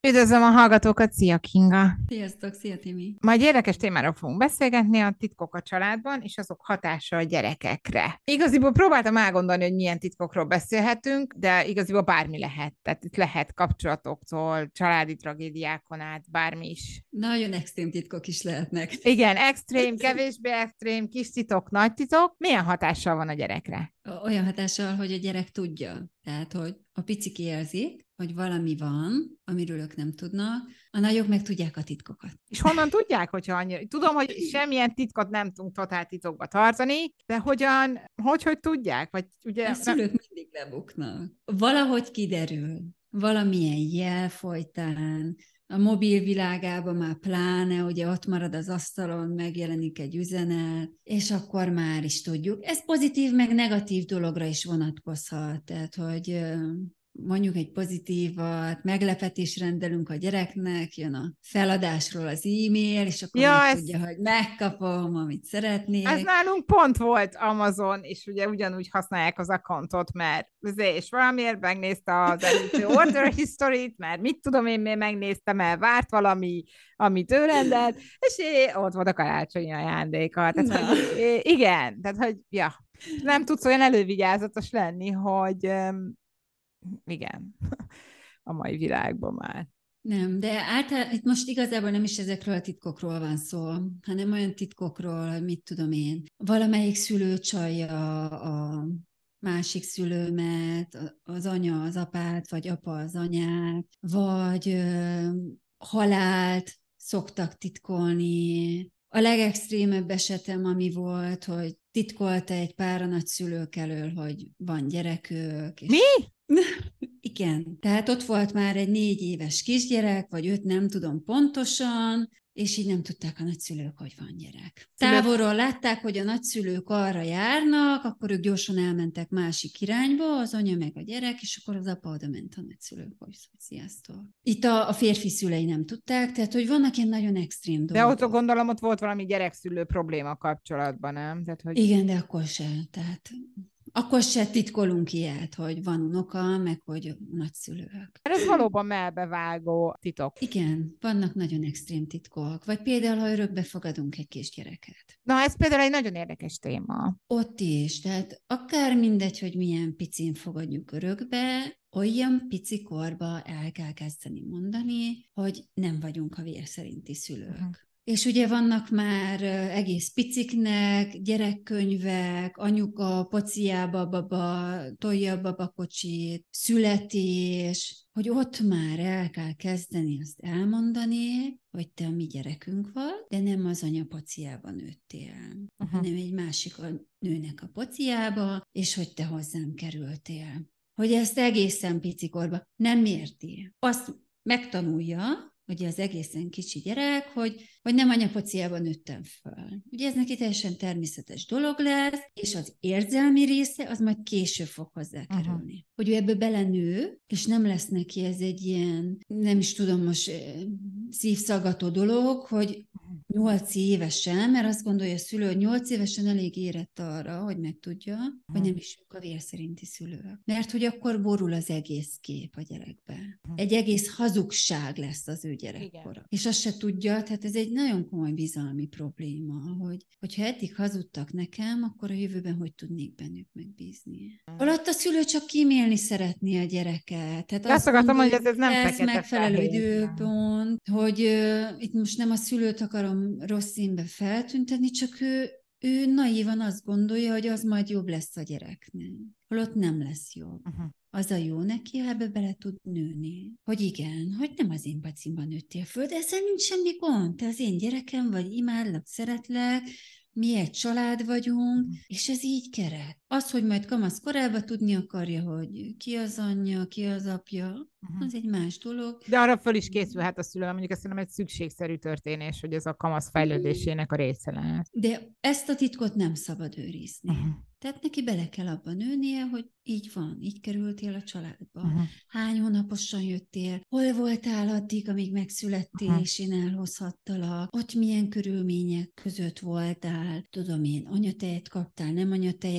Üdvözlöm a hallgatókat, szia Kinga! Sziasztok, szia Timi! Majd érdekes témáról fogunk beszélgetni, a titkok a családban, és azok hatása a gyerekekre. Igaziból próbáltam elgondolni, hogy milyen titkokról beszélhetünk, de igaziból bármi lehet. Tehát itt lehet kapcsolatoktól, családi tragédiákon át, bármi is. Nagyon extrém titkok is lehetnek. Igen, extrém, kevésbé extrém, kis titok, nagy titok. Milyen hatással van a gyerekre? Olyan hatással, hogy a gyerek tudja. Tehát, hogy a picik érzik, hogy valami van, amiről ők nem tudnak, a nagyok meg tudják a titkokat. És honnan tudják, hogyha annyira... Tudom, hogy semmilyen titkot nem tudunk totál titokba tartani, de hogy tudják? Vagy A ugye... szülők mindig lebuknak. Valahogy kiderül, valamilyen jel folytán, a mobil világában már pláne, ugye ott marad az asztalon, megjelenik egy üzenet, és akkor már is tudjuk. Ez pozitív, meg negatív dologra is vonatkozhat. Tehát, hogy mondjuk egy pozitívat, meglepetés rendelünk a gyereknek, jön a feladásról az e-mail, és akkor Ja, megtudja, hogy megkapom, amit ez szeretnék. nálunk pont volt Amazon, és ugye ugyanúgy használják az accountot, mert és valamiért megnézte az előző order history-t, mert mit tudom én, miért megnéztem el, várt valami, amit ő rendelt, és ott volt a karácsonyi ajándéka. Tehát, Na. hogy igen, tehát, hogy ja, nem tudsz olyan elővigyázatos lenni, hogy igen, a mai világban már. Nem, de általában itt most igazából nem is ezekről a titkokról van szó, hanem olyan titkokról, hogy mit tudom én, valamelyik szülő csalja a másik szülőmet, az anya az apát, vagy apa az anyát, vagy halált szoktak titkolni. A legextrémebb esetem, ami volt, hogy titkolta egy pár a nagyszülők elől, hogy van gyerekük, Mi? és igen, tehát ott volt már egy 4 éves kisgyerek, vagy 5, nem tudom pontosan, és így nem tudták a nagyszülők, hogy van gyerek. Szülők. Távolról látták, hogy a nagyszülők arra járnak, akkor ők gyorsan elmentek másik irányba, az anya meg a gyerek, és akkor az apa oda ment a nagyszülők, hogy sziasztok. Itt a férfi szülei nem tudták, tehát hogy vannak ilyen nagyon extrém De ott dolgok. gondolom, ott volt valami gyerekszülő probléma kapcsolatban, nem? Tehát, hogy... Igen, de akkor se. Tehát akkor se titkolunk ilyet, hogy van unoka, meg hogy nagyszülők. Mert ez valóban melbevágó titok. Igen, vannak nagyon extrém titkok. Vagy például, ha örökbe fogadunk egy kisgyereket. Na, ez például egy nagyon érdekes téma. Ott is, tehát akár mindegy, hogy milyen picin fogadjuk örökbe, olyan pici korba el kell kezdeni mondani, hogy nem vagyunk a vér szerinti szülők. És ugye vannak már egész piciknek gyerekkönyvek, anyuka, pociába baba, tolja babakocsit, születés, hogy ott már el kell kezdeni azt elmondani, hogy te a mi gyerekünk vagy, de nem az anya pociában nőttél, hanem egy másik nőnek a pociába, és hogy te hozzám kerültél. Hogy ezt egészen picikorban nem érti. Azt megtanulja, ugye az egészen kicsi gyerek, hogy nem anyapociában nőttem föl. Ugye ez neki teljesen természetes dolog lesz, és az érzelmi része az majd később fog hozzákerülni. Hogy ő ebből belenő, és nem lesz neki ez egy ilyen, nem is tudom most szívszaggató dolog, hogy 8 évesen, mert azt gondolja a szülő, hogy 8 évesen elég érett arra, hogy megtudja, hogy nem is ők a vér szerinti szülők. Mert hogy akkor borul az egész kép a gyerekbe. Egy egész hazugság lesz az ő gyerekkora. Igen. És azt se tudja, tehát ez egy nagyon komoly bizalmi probléma, hogyha eddig hazudtak nekem, akkor a jövőben hogy tudnék bennük megbízni. Alatt a szülő csak kímélni szeretné a gyereket. Tehát azt akartam, hogy ez nem ez fekete megfelelő fehér. időpont, hogy itt most nem a szülőt akarom rossz színbe feltüntetni, csak ő naívan azt gondolja, hogy az majd jobb lesz a gyereknek. Holott nem lesz jobb. Az a jó neki, ha ebbe bele tud nőni. Hogy igen, hogy nem az én pacimban nőttél föl, de ezzel nincs semmi gond. Te az én gyerekem vagy, imádlak, szeretlek, mi egy család vagyunk, és ez így kerek. Az, hogy majd kamasz korában tudni akarja, hogy ki az anyja, ki az apja, az egy más dolog. De arra föl is készülhet a szülő, mondjuk ezt nem egy szükségszerű történés, hogy ez a kamasz fejlődésének a része lehet. De ezt a titkot nem szabad őrizni. Tehát neki bele kell abban nőnie, hogy így van, így kerültél a családba. Hány hónaposan jöttél, hol voltál addig, amíg megszülettél, és én elhozhattalak, ott milyen körülmények között voltál, tudom én, anyatejet kaptál, nem anyatejet kaptál,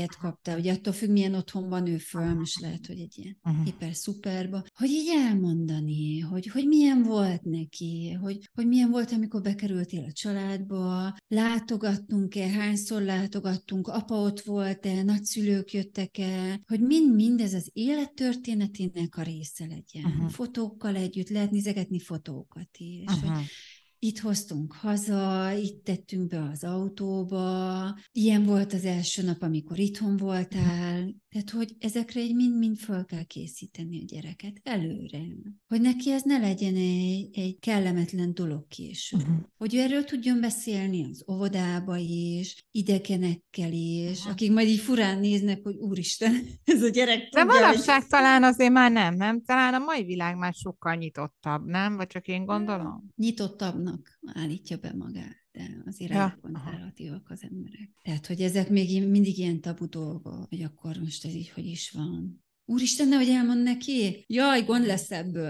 előtte, ugye attól függ, milyen otthonban nő föl, most lehet, hogy egy ilyen hiper-szuperba, hogy így elmondani, hogy milyen volt neki, hogy milyen volt, amikor bekerültél a családba, látogattunk-e, hányszor látogattunk, apa ott volt-e, nagyszülők jöttek-e, hogy mindez az élettörténetének a része legyen. Fotókkal együtt, lehet nézegetni fotókat is, hogy itt hoztunk haza, itt tettünk be az autóba, ilyen volt az első nap, amikor itthon voltál, tehát hogy ezekre egy mind-mind fel kell készíteni a gyereket előre. Hogy neki ez ne legyen egy kellemetlen dolog később. Hogy ő erről tudjon beszélni az óvodába is, idegenekkel is, akik majd így furán néznek, hogy úristen, ez a gyerek tudja. De manapság hogy... talán azért már nem? Talán a mai világ már sokkal nyitottabb, nem? Vagy csak én gondolom? Nyitottabbnak állítja be magát, de azért elég konzervatívak az emberek. Tehát, hogy ezek még mindig ilyen tabu dolgok, hogy akkor most ez így hogy is van. Úristen, nehogy elmond neki, jaj, gond lesz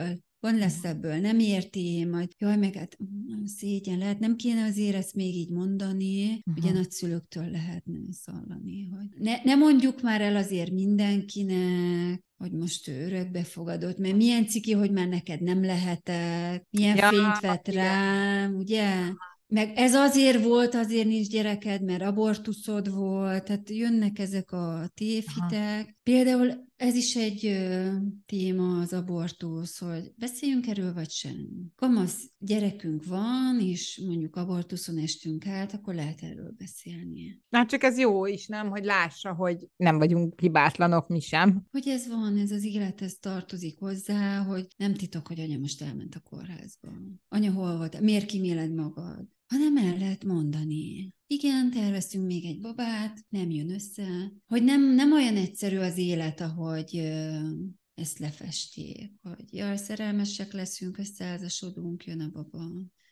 ebből, nem érti, majd jaj, meg hát szégyen lehet, nem kéne azért ezt még így mondani, ugye nagyszülőktől lehetne szallani, hogy ne mondjuk már el azért mindenkinek, hogy most ő örökbefogadott, mert milyen ciki, hogy már neked nem lehetett, milyen fényt vett rám, ugye? Meg ez azért volt, azért nincs gyereked, mert abortuszod volt, tehát jönnek ezek a tévhitek. Például ez is egy téma, az abortusz, hogy beszéljünk erről, vagy sem. Kamasz gyerekünk van, és mondjuk abortuszon estünk át, akkor lehet erről beszélni. Hát csak ez jó is, nem? Hogy lássa, hogy nem vagyunk hibátlanok mi sem. Hogy ez van, ez az élethez tartozik hozzá, hogy nem titok, hogy anya most elment a kórházba. Anya hol volt? Miért kíméled magad? Hanem el lehet mondani. Igen, terveztünk még egy babát, nem jön össze. Hogy nem olyan egyszerű az élet, ahogy ezt lefesték. Hogy jaj, szerelmesek leszünk, összeházasodunk, jön a baba.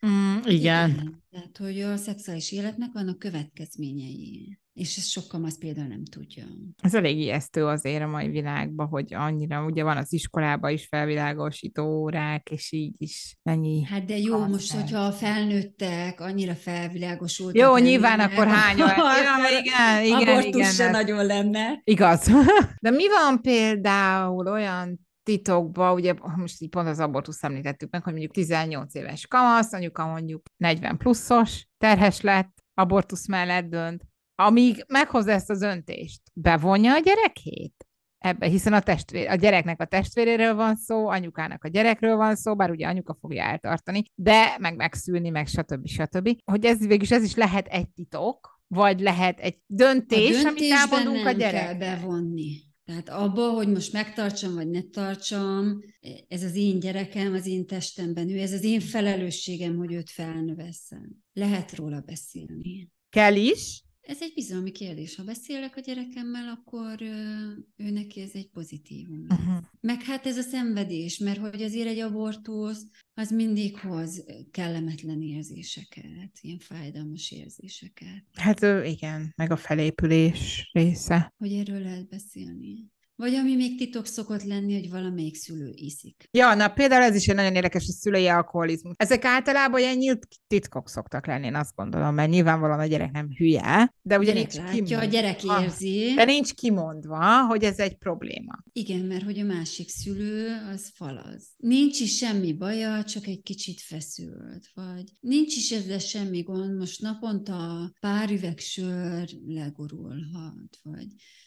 Igen. Tehát, hogy a szexuális életnek vannak következményei. És ezt sok kamasz például nem tudja. Ez elég ijesztő azért a mai világban, hogy annyira, ugye van az iskolában is felvilágosító órák, és így is ennyi. Hát de jó, most, hogyha a felnőttek annyira felvilágosultak. Jó, nyilván akkor hányan. Igen, abortusz se nagyon lenne. Igaz. De mi van például olyan titokban, ugye most így pont az abortusz említettük meg, hogy mondjuk 18 éves kamasz, anyuka mondjuk 40 pluszos, terhes lett, abortusz mellett dönt, amíg meghozza ezt az döntést, bevonja a gyerekét ebbe, hiszen a gyereknek a testvéréről van szó, anyukának a gyerekről van szó, bár ugye anyuka fogja eltartani, de megszülni, meg stb. Hogy ez is lehet egy titok, vagy lehet egy döntés, amit elmondunk a gyereknek. Kell bevonni. Tehát abba, hogy most megtartsam, vagy ne tartsam, ez az én gyerekem, az én testemben ő, ez az én felelősségem, hogy őt felnövesszem. Lehet róla beszélni. Kell is. Ez egy bizalmi kérdés. Ha beszélek a gyerekemmel, akkor ő neki ez egy pozitívum. Meg hát ez a szenvedés, mert hogy azért egy abortusz, az mindig hoz kellemetlen érzéseket, ilyen fájdalmas érzéseket. Hát igen, meg a felépülés része. Hogy erről lehet beszélni. Vagy ami még titok szokott lenni, hogy valamelyik szülő iszik. Ja, na például ez is egy nagyon érdekes, a szülői alkoholizmus. Ezek általában ilyen nyílt titkok szoktak lenni, én azt gondolom, mert nyilvánvalóan a gyerek nem hülye, de ugye nincs kimondva. A gyerek érzi. De nincs kimondva, hogy ez egy probléma. Igen, mert hogy a másik szülő az falaz. Nincs is semmi baja, csak egy kicsit feszült, vagy nincs is ezzel semmi gond, most naponta pár üveg sör legurulhat, vagy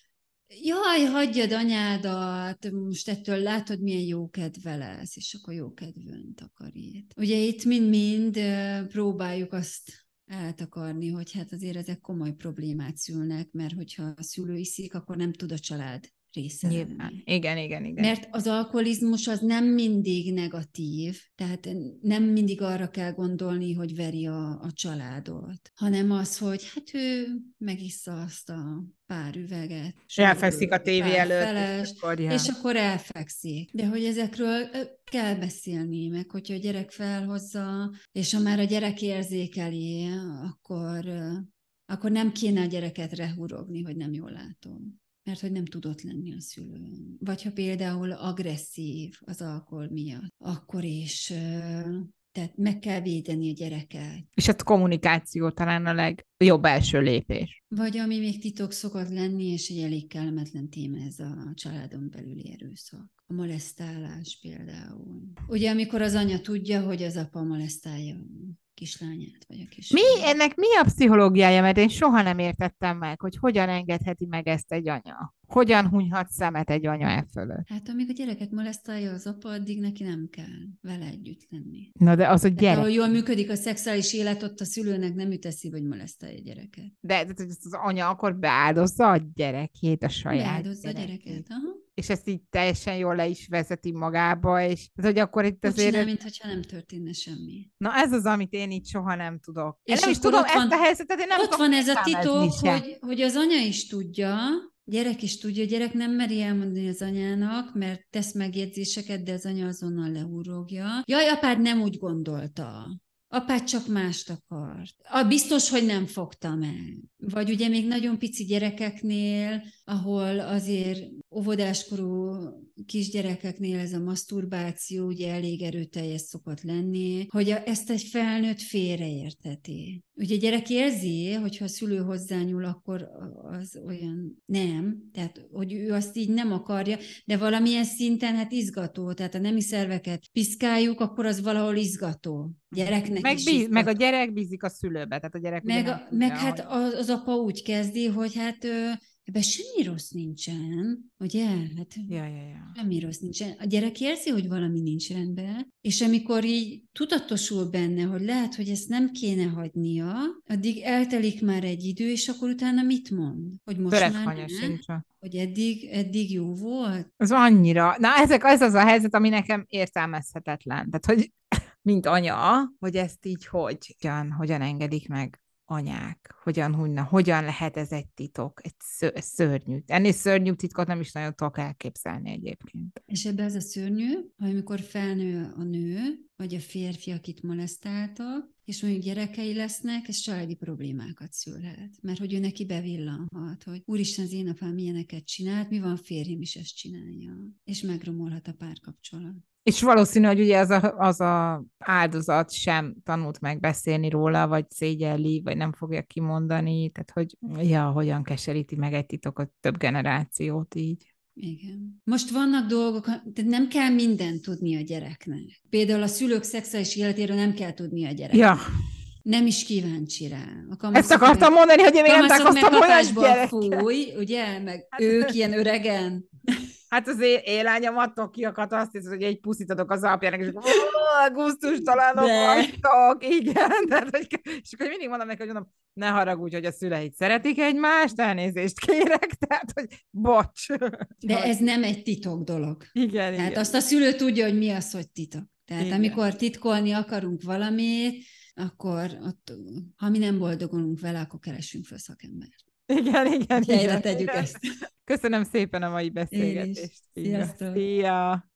jaj, hagyjad anyádat, most ettől látod, milyen jó kedve lesz, és akkor jó kedvön takarít. Ugye itt mind-mind próbáljuk azt eltakarni, hogy hát azért ezek komoly problémát szülnek, mert hogyha a szülő iszik, akkor nem tud a család része lenni. Igen. Mert az alkoholizmus az nem mindig negatív, tehát nem mindig arra kell gondolni, hogy veri a családot, hanem az, hogy hát ő megissza azt a pár üveget. Elfekszik a tévé előtt. És akkor elfekszik. De hogy ezekről kell beszélni, meg hogyha a gyerek felhozza, és ha már a gyerek érzékeli, akkor nem kéne a gyereket rehurogni, hogy nem jól látom. Mert hogy nem tudott lenni a szülő. Vagy ha például agresszív az alkohol miatt, akkor is Tehát meg kell védeni a gyereket. És a kommunikáció talán a legjobb első lépés. Vagy ami még titok szokott lenni, és egy elég kellemetlen téma ez a családon belüli erőszak. A molesztálás például. Ugye amikor az anya tudja, hogy az apa molesztálja kislányát, vagy a kislányát. Ennek mi a pszichológiája? Mert én soha nem értettem meg, hogy hogyan engedheti meg ezt egy anya. Hogyan hunyhat szemet egy anya e fölött? Hát amíg a gyereket molesztálja az apa, addig neki nem kell vele együtt lenni. Na de az a gyerek. Ahol jól működik a szexuális élet, ott a szülőnek nem jut eszébe, hogy molesztálja a gyereket. De az anya akkor beáldozza a gyerekét, a saját beáldozza gyerekét. A gyereket, aha. És ezt így teljesen jól le is vezeti magába, és az, hogy akkor itt Úgy azért... csinál, mintha nem történne semmi. Na ez az, amit én így soha nem tudok. És nem is tudom ezt a helyzetet, én nem ott tudom van ez a titok, se. hogy az anya is tudja, gyerek is tudja, a gyerek nem meri elmondani az anyának, mert tesz megjegyzéseket, de az anya azonnal leúrogja. Jaj, apád nem úgy gondolta. Apád csak mást akart. Biztos, hogy nem fogta meg. Vagy ugye még nagyon pici gyerekeknél, ahol azért óvodáskorú kisgyerekeknél ez a maszturbáció ugye elég erőteljes szokott lenni, hogy ezt egy felnőtt félreérteti. Ugye a gyerek érzi, hogyha a szülő hozzányúl, akkor az olyan nem, tehát hogy ő azt így nem akarja, de valamilyen szinten hát izgató, tehát a nemi szerveket piszkáljuk, akkor az valahol izgató. Gyereknek is izgató. Meg a gyerek bízik a szülőbe, tehát a gyerek meg hát az apa úgy kezdi, hogy hát ebben semmi rossz nincsen, ugye? Hát ja. semmi rossz nincsen. A gyerek érzi, hogy valami nincs rendben, és amikor így tudatosul benne, hogy lehet, hogy ezt nem kéne hagynia, addig eltelik már egy idő, és akkor utána mit mond? Hogy most már nem? Hogy eddig jó volt? Az annyira. Na, ez az a helyzet, ami nekem értelmezhetetlen. Tehát, hogy mint anya, hogy ezt így hogyan engedik meg anyák, hogyan lehet ez egy titok, egy szörnyű. Ennél szörnyű titkot nem is nagyon tudok elképzelni egyébként. És ebbe az a szörnyű, hogy amikor felnő a nő, vagy a férfi, akit molesztáltak, és mondjuk gyerekei lesznek, ez családi problémákat szülhet. Mert hogy ő neki bevillanhat, hogy úristen, az én apám ilyeneket csinált, mi van, férjem is ezt csinálja. És megromolhat a párkapcsolat. És valószínű, hogy ugye az a áldozat sem tanult meg beszélni róla, vagy szégyelli, vagy nem fogja kimondani, tehát hogy hogyan keseríti meg egy titokot több generációt így. Igen. Most vannak dolgok, tehát nem kell mindent tudni a gyereknek. Például a szülők szexuális életéről nem kell tudni a gyereknek. Ja. Nem is kíváncsi rá. Ezt akartam mondani, hogy én még nem találkoztam olyan gyerekkel. Fúj, ugye? Meg ők ilyen öregen. Hát az élányom attól kiakadt azt hisz, hogy egy puszit adok az apjának, és gusztustalanok vagytok, igen. Tehát, és akkor mindig mondom neki, hogy mondom, ne haragudj, hogy a szüleid szeretik egymást, elnézést kérek, tehát, hogy bocs. De ez nem egy titok dolog. Igen, tehát igen. azt a szülő tudja, hogy mi az, hogy titok. Tehát igen. Amikor titkolni akarunk valamit, akkor ott, ha mi nem boldogulunk vele, akkor keresünk fel szakembert. Igen. Helyre tegyük ezt. Köszönöm szépen a mai beszélgetést. Sziasztok! Szia!